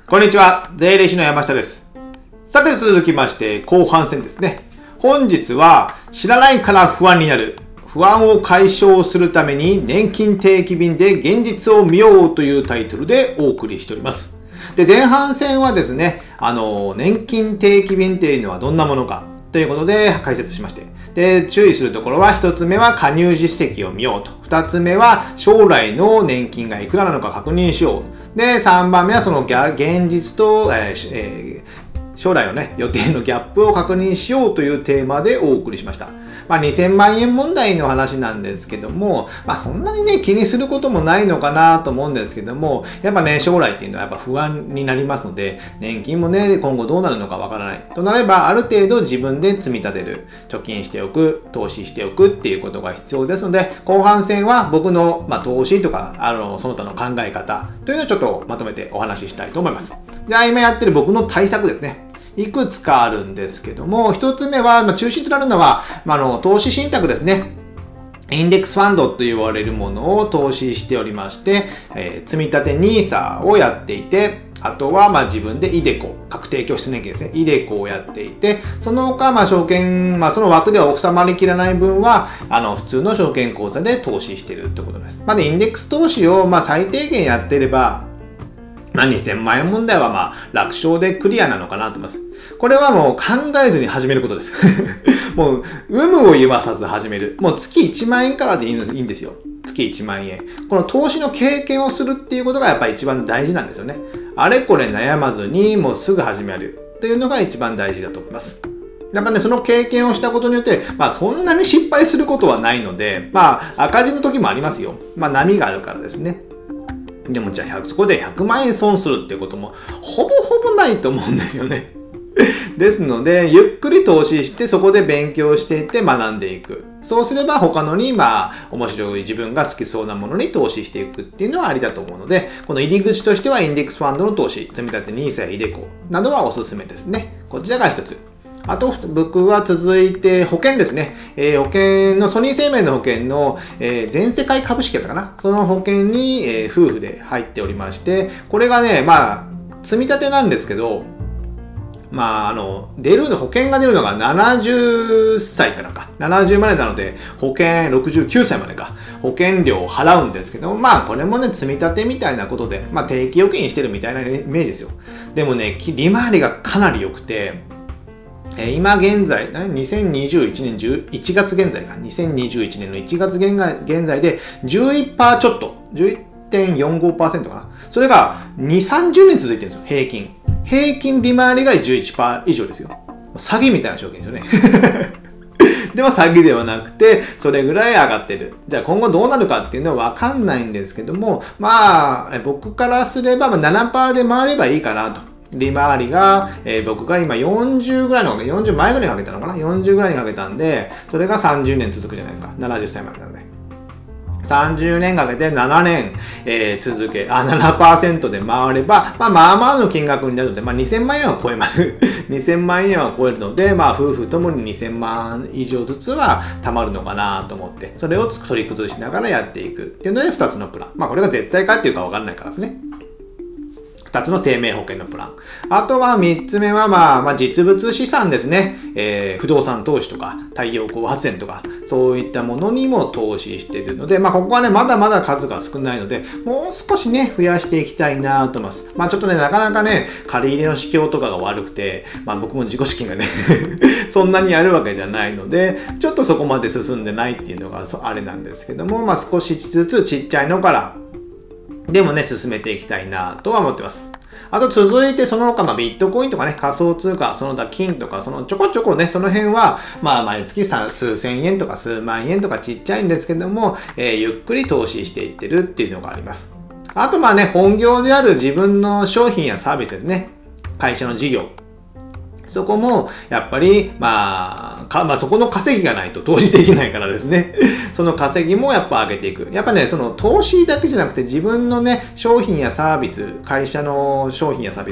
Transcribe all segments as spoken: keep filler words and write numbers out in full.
こんにちは、税理士の山下です。さて続きまして後半戦ですね。本日は知らないから不安になる。不安を解消するために年金定期便で現実を見ようというタイトルでお送りしております。で、前半戦はですね、あの、年金定期便っていうのはどんなものかということで解説しまして。で、注意するところは一つ目は加入実績を見ようと。二つ目は将来の年金がいくらなのか確認しよう。で、三番目はその現実と、えーえー、将来のね、予定のギャップを確認しようというテーマでお送りしました。まあ、にせんまんえん問題の話なんですけども、まあ、そんなにね、気にすることもないのかなと思うんですけども、やっぱね、将来っていうのはやっぱ不安になりますので、年金もね、今後どうなるのかわからない。となれば、ある程度自分で積み立てる、貯金しておく、投資しておくっていうことが必要ですので、後半戦は僕の、まあ、投資とか、あの、その他の考え方というのをちょっとまとめてお話ししたいと思います。じゃあ、今やってる僕の対策ですね。いくつかあるんですけども、一つ目は、まあ、中心となるのは、まあ、あの投資信託ですね。インデックスファンドと言われるものを投資しておりまして、えー、積み立て ニーサ をやっていて、あとはまあ自分でイデコ、確定拠出年金ですね。イデコをやっていて、その他まあ証券、まあその枠では収まりきらない分は、あの普通の証券口座で投資しているってことです。まあ、インデックス投資をまあ最低限やっていれば、まあ、にせんまんえん問題はまあ楽勝でクリアなのかなと思います。これはもう考えずに始めることです。もう、有無を言わさず始める。もう月いちまんえんからでいいんですよ。月いちまんえん。この投資の経験をするっていうことがやっぱり一番大事なんですよね。あれこれ悩まずにもうすぐ始めるというのが一番大事だと思います。やっぱね、その経験をしたことによって、まあそんなに失敗することはないので、まあ赤字の時もありますよ。まあ波があるからですね。でもじゃあそこでひゃくまんえん損するっていうこともほぼほぼないと思うんですよね。ですので、ゆっくり投資してそこで勉強していって学んでいく。そうすれば他のに、まあ、面白い自分が好きそうなものに投資していくっていうのはありだと思うので、この入り口としてはインデックスファンドの投資、積み立て ニーサ やイデコなどはおすすめですね。こちらが一つ。あと、僕は続いて保険ですね。えー、保険の、ソニー生命の保険の、えー、全世界株式やったかな。その保険に、えー、夫婦で入っておりまして、これがね、まあ、積み立てなんですけど、まあ、あの、出るの、保険が出るのがななじゅっさいからか。ななじゅうまでなので、保険ろくじゅうきゅうさいまでか。保険料を払うんですけど、まあ、これもね、積み立てみたいなことで、まあ、定期預金してるみたいなイメージですよ。でもね、利回りがかなり良くて、今現在、にせんにじゅういちねんいちがつ現在か。にせんにじゅういちねんのいちがつ現在で じゅういちパーセント ちょっと。じゅういってんよんごパーセント かな。それがに、さんじゅうねん続いてるんですよ。平均。平均利回りが じゅういちパーセント 以上ですよ。詐欺みたいな証券ですよね。でも詐欺ではなくて、それぐらい上がってる。じゃあ今後どうなるかっていうのはわかんないんですけども、まあ、僕からすれば ななパーセント で回ればいいかなと。利回りが、えー、僕が今よんじゅうぐらいの、よんじゅうまえぐらいにかけたのかな ?よんじゅうぐらいにかけたんで、それがさんじゅうねん続くじゃないですか。ななじゅっさいまでなので。さんじゅうねんかけてななねん、えー、続け、あ、ななパーセント で回れば、まあまあまあの金額になるので、まあにせんまんえんは超えます。にせんまんえんは超えるので、まあ夫婦ともににせんまん以上ずつは貯まるのかなと思って、それを取り崩しながらやっていくっていうのでふたつのプラン。まあこれが絶対かっていうかわかんないからですね。ふたつの生命保険のプラン。あとはみっつめは、まあ、まあ、実物資産ですね。えー、不動産投資とか、太陽光発電とか、そういったものにも投資しているので、まあ、ここはね、まだまだ数が少ないので、もう少しね、増やしていきたいなと思います。まあ、ちょっとね、なかなかね、借り入れの指標とかが悪くて、まあ、僕も自己資金がね、そんなにあるわけじゃないので、ちょっとそこまで進んでないっていうのが、あれなんですけども、まあ、少しずつちっちゃいのから、でもね、進めていきたいなとは思ってます。あと続いてその他、まあ、ビットコインとかね、仮想通貨、その他金とか、そのちょこちょこね、その辺は、まあ、毎月数千円とか数万円とかちっちゃいんですけども、えー、ゆっくり投資していってるっていうのがあります。あとまあね、本業である自分の商品やサービスですね。会社の事業。そこも、やっぱり、まあ、か、まあ、そこの稼ぎがないと投資できないからですね。その稼ぎもやっぱ上げていく。やっぱね、その投資だけじゃなくて自分のね、商品やサービス、会社の商品やサービス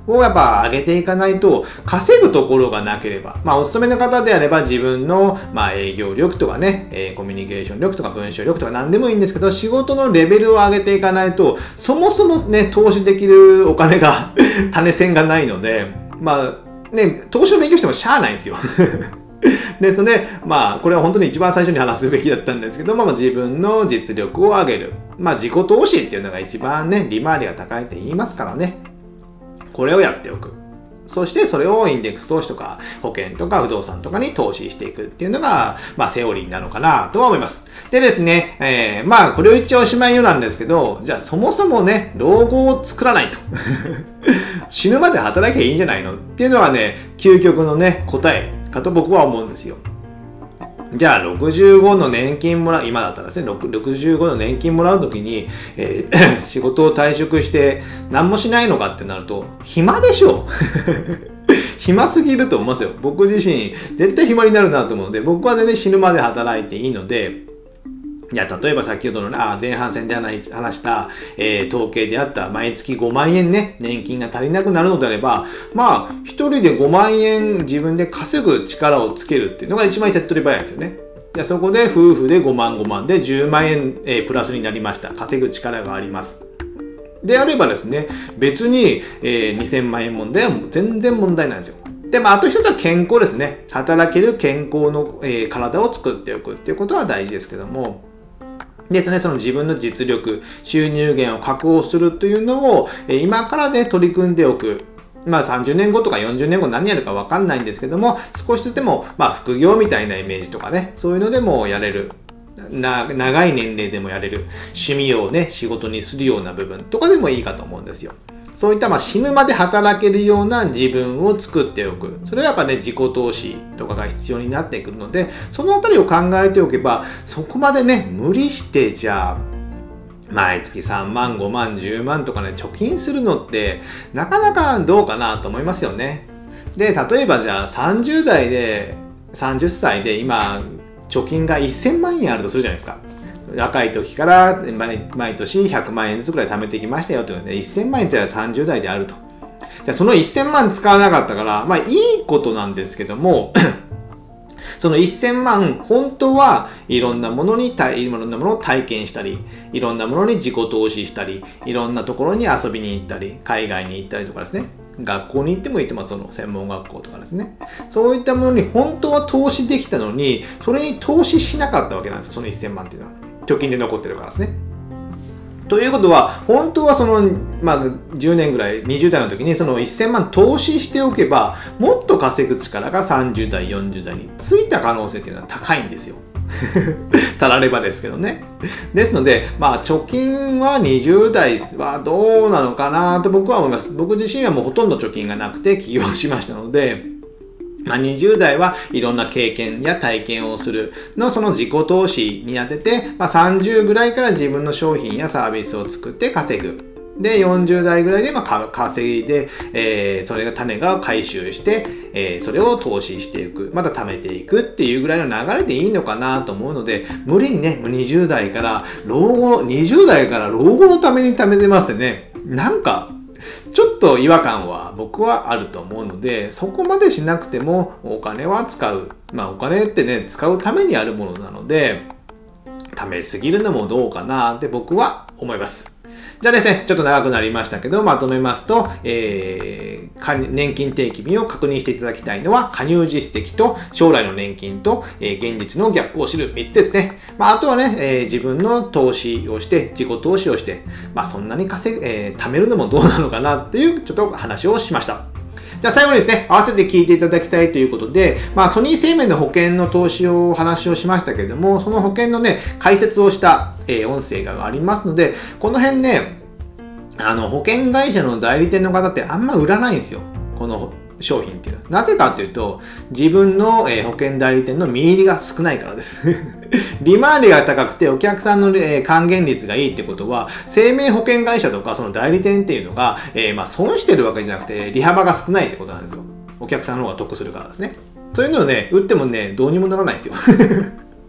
をやっぱ上げていかないと、稼ぐところがなければ、まあお勤めの方であれば自分のまあ営業力とかね、えー、コミュニケーション力とか文章力とか何でもいいんですけど、仕事のレベルを上げていかないと、そもそもね、投資できるお金が種銭がないので、まあね、投資を勉強してもしゃあないんですよ。ですので、まあ、これは本当に一番最初に話すべきだったんですけど、まあ、自分の実力を上げる。まあ、自己投資っていうのが一番ね、利回りが高いって言いますからね。これをやっておく。そしてそれをインデックス投資とか保険とか不動産とかに投資していくっていうのが、まあセオリーなのかなとは思います。でですね、えー、まあこれを言っちゃおしまいようなんですけど、じゃあそもそもね、老後を作らないと。死ぬまで働きゃいいんじゃないのっていうのはね、究極のね、答えかと僕は思うんですよ。じゃあろくじゅうごの年金もらう、今だったらですね、ろくじゅうごの年金もらうときに、えー、仕事を退職して何もしないのかってなると、暇でしょ暇すぎると思いますよ。僕自身、絶対暇になるなと思うので、僕は全然死ぬまで働いていいので、いや、例えば先ほどの、ね、あ前半戦で話した、えー、統計であった毎月ごまんえんね、年金が足りなくなるのであれば、まあ、一人でごまんえん自分で稼ぐ力をつけるっていうのが一番手っ取り早いですよね。でそこで夫婦でごまんごまんでじゅうまんえん、えー、プラスになりました。稼ぐ力があります。であればですね、別に、えー、にせんまんえん問題は全然問題ないんですよ。で、まあ、あと一つは健康ですね。働ける健康の、えー、体を作っておくっていうことは大事ですけども、ですね、その自分の実力、収入源を確保するというのを、え今からね、取り組んでおく。まあさんじゅうねんごとかよんじゅうねんご何やるかわかんないんですけども、少しずつでも、まあ副業みたいなイメージとかね、そういうのでもやれる。な長い年齢でもやれる。趣味をね、仕事にするような部分とかでもいいかと思うんですよ。そういったまあ死ぬまで働けるような自分を作っておく。それはやっぱね、自己投資とかが必要になってくるので、そのあたりを考えておけば、そこまでね、無理してじゃあ、毎月さんまん、ごまん、じゅうまんとかね、貯金するのって、なかなかどうかなと思いますよね。で、例えばじゃあさんじゅう代で、さんじゅっさいで今、貯金がせんまんえんあるとするじゃないですか。若い時から毎年ひゃくまんえんずつくらい貯めてきましたよというので、せんまんえんじゃさんじゅう代であると。じゃあそのせんまん使わなかったから、まあいいことなんですけども、そのせんまん、本当はいろんなものに、いろんなものを体験したり、いろんなものに自己投資したり、いろんなところに遊びに行ったり、海外に行ったりとかですね。学校に行ってもいいと思います。その専門学校とかですね。そういったものに本当は投資できたのに、それに投資しなかったわけなんですよ。そのせんまんっていうのは。貯金で残ってるからですね。ということは、本当はその、まあ、じゅうねんぐらい、にじゅう代の時にそのせんまん投資しておけば、もっと稼ぐ力がさんじゅう代、よんじゅう代についた可能性っていうのは高いんですよ。たらればですけどね。ですので、まあ、貯金はにじゅう代はどうなのかなと僕は思います。僕自身はもうほとんど貯金がなくて起業しましたので、まあ、にじゅう代はいろんな経験や体験をするのその自己投資に当てて、まあ、さんじゅうぐらいから自分の商品やサービスを作って稼ぐ。で、よんじゅう代ぐらいでまあ稼いで、えー、それが種が回収して、えー、それを投資していく。また貯めていくっていうぐらいの流れでいいのかなと思うので、無理にね、にじゅう代から老後、にじゅう代から老後のために貯めてますってね、なんか、ちょっと違和感は僕はあると思うので、そこまでしなくてもお金は使う。まあお金ってね、使うためにあるものなので、貯めすぎるのもどうかなって僕は思います。じゃあですね、ちょっと長くなりましたけど、まとめますと、えー、年金定期便を確認していただきたいのは、加入実績と将来の年金と、えー、現実のギャップを知るみっつですね。まあ、あとはね、えー、自分の投資をして、自己投資をして、まあ、そんなに稼ぐ、えー、貯めるのもどうなのかなっていう、ちょっと話をしました。じゃあ最後にですね、合わせて聞いていただきたいということで、まあ、ソニー生命の保険の投資を話をしましたけれども、その保険のね、解説をした、えー、音声がありますので、この辺ね、あの、保険会社の代理店の方ってあんま売らないんですよ。この商品っていうのは。なぜかというと、自分の、えー、保険代理店の見入りが少ないからです。利回りが高くてお客さんの、えー、還元率がいいってことは、生命保険会社とかその代理店っていうのが、えー、まあ損してるわけじゃなくて、利幅が少ないってことなんですよ。お客さんの方が得するからですね。そういうのをね、売ってもね、どうにもならないんですよ。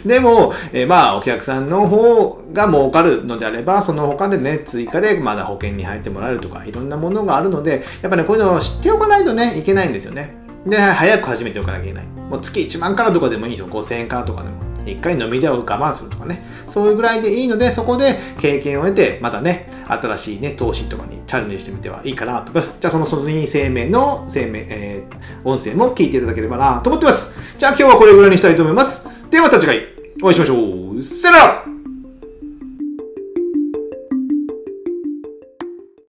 でも、えー、まあ、お客さんの方が儲かるのであれば、その他でね、追加でまだ保険に入ってもらえるとか、いろんなものがあるので、やっぱね、こういうのを知っておかないとね、いけないんですよね。で、早く始めておかなきゃいけない。もう月いちまんからとかでもいいよ。ごせんえんからとかでも。一回飲み代を我慢するとかね。そういうぐらいでいいので、そこで経験を得て、またね、新しいね、投資とかにチャレンジしてみてはいいかなと思います。じゃあ、そのソニー生命の生命、えー、音声も聞いていただければなと思ってます。じゃあ、今日はこれぐらいにしたいと思います。ではまた次回お会いしましょう。さよなら。